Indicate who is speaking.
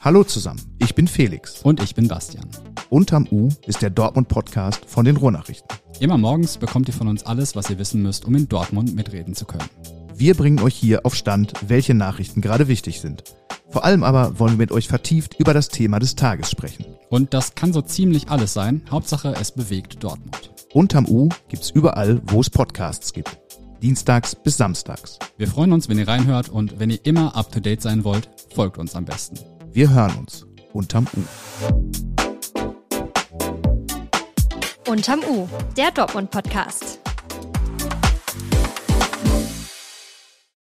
Speaker 1: Hallo zusammen, ich bin Felix.
Speaker 2: Und ich bin Bastian.
Speaker 1: Unterm U ist der Dortmund-Podcast von den Ruhrnachrichten.
Speaker 2: Immer morgens bekommt ihr von uns alles, was ihr wissen müsst, um in Dortmund mitreden zu können.
Speaker 1: Wir bringen euch hier auf Stand, welche Nachrichten gerade wichtig sind. Vor allem aber wollen wir mit euch vertieft über das Thema des Tages sprechen.
Speaker 2: Und das kann so ziemlich alles sein. Hauptsache, es bewegt Dortmund.
Speaker 1: Unterm U gibt's überall, wo es Podcasts gibt. Dienstags bis samstags.
Speaker 2: Wir freuen uns, wenn ihr reinhört, und wenn ihr immer up to date sein wollt, folgt uns am besten.
Speaker 1: Wir hören uns. Unterm U.
Speaker 3: Unterm U, der Dortmund-Podcast.